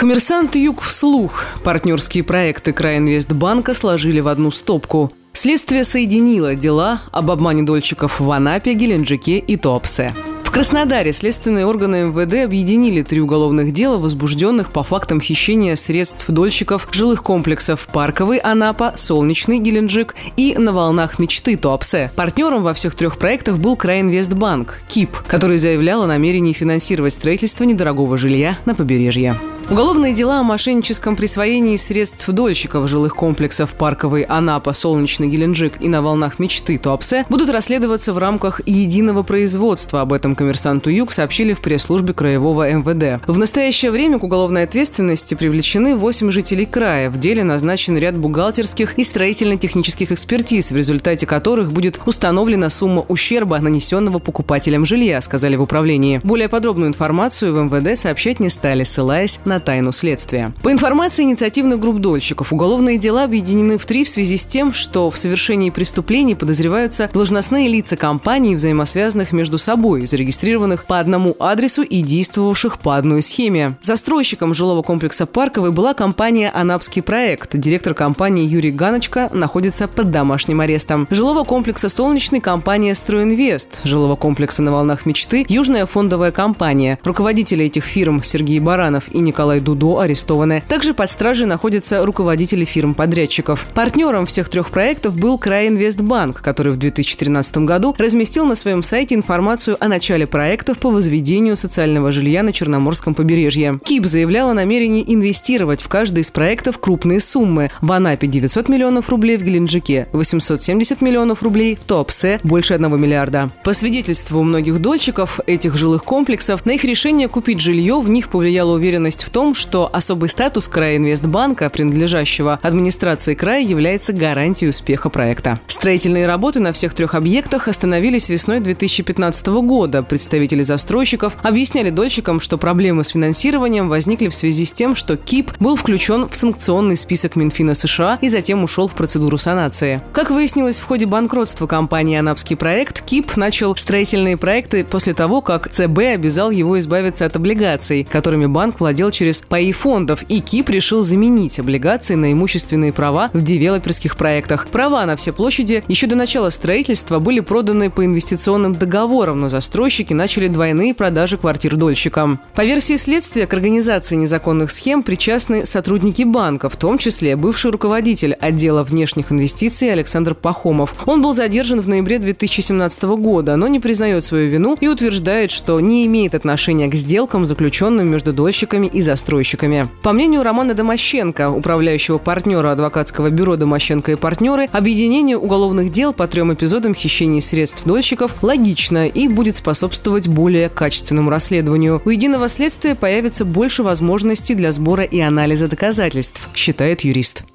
Коммерсант Юг вслух. Партнерские проекты Краинвестбанка сложили в одну стопку. Следствие соединило дела об обмане дольщиков в Анапе, Геленджике и Туапсе. В Краснодаре следственные органы МВД объединили 3 уголовных дела, возбужденных по фактам хищения средств дольщиков жилых комплексов «Парковый» Анапа, «Солнечный» Геленджик и «На волнах мечты» Туапсе. Партнером во всех 3 проектах был Краинвестбанк, КИП, который заявлял о намерении финансировать строительство недорогого жилья на побережье. Уголовные дела о мошенническом присвоении средств дольщиков жилых комплексов «Парковый» Анапа, «Солнечный» Геленджик и «На волнах мечты» Туапсе будут расследоваться в рамках единого производства. Об этом «Коммерсанту Юг» сообщили в пресс-службе краевого МВД. В настоящее время к уголовной ответственности привлечены 8 жителей края. В деле назначен ряд бухгалтерских и строительно-технических экспертиз, в результате которых будет установлена сумма ущерба, нанесенного покупателям жилья, сказали в управлении. Более подробную информацию в МВД сообщать не стали, ссылаясь на тайну следствия. По информации инициативных групп дольщиков, уголовные дела объединены в 3 в связи с тем, что в совершении преступлений подозреваются должностные лица компаний, взаимосвязанных между собой, зарегистрированных по одному адресу и действовавших по одной схеме. Застройщиком жилого комплекса «Парковый» была компания «Анапский проект». Директор компании Юрий Ганочка находится под домашним арестом. Жилого комплекса «Солнечный» компания «Стройинвест». Жилого комплекса «На волнах мечты» Южная фондовая компания. Руководители этих фирм Сергей Баранов и Николай Дудо арестованы. Также под стражей находятся руководители фирм-подрядчиков. Партнером всех 3 проектов был Краинвестбанк, который в 2013 году разместил на своем сайте информацию о начале проектов по возведению социального жилья на Черноморском побережье. КИП заявлял о намерении инвестировать в каждый из проектов крупные суммы. В Анапе 900 миллионов рублей, в Геленджике 870 миллионов рублей, в Туапсе больше 1 миллиарда. По свидетельству многих дольщиков этих жилых комплексов, на их решение купить жилье в них повлияла уверенность в том, что особый статус Краинвестбанка, принадлежащего администрации края, является гарантией успеха проекта. Строительные работы на всех 3 объектах остановились весной 2015 года. Представители застройщиков объясняли дольщикам, что проблемы с финансированием возникли в связи с тем, что КИП был включен в санкционный список Минфина США и затем ушел в процедуру санации. Как выяснилось, в ходе банкротства компании «Анапский проект» КИП начал строительные проекты после того, как ЦБ обязал его избавиться от облигаций, которыми банк владел через паи фондов, и КИП решил заменить облигации на имущественные права в девелоперских проектах. Права на все площади еще до начала строительства были проданы по инвестиционным договорам, но застройщики начали двойные продажи квартир дольщикам. По версии следствия, к организации незаконных схем причастны сотрудники банка, в том числе бывший руководитель отдела внешних инвестиций Александр Пахомов. Он был задержан в ноябре 2017 года, но не признает свою вину и утверждает, что не имеет отношения к сделкам, заключенным между дольщиками и застройщиками. По мнению Романа Домощенко, управляющего партнера адвокатского бюро «Домощенко и партнеры», объединение уголовных дел по 3 эпизодам хищения средств дольщиков логично и будет способствовать более качественному расследованию. У единого следствия появится больше возможностей для сбора и анализа доказательств, считает юрист.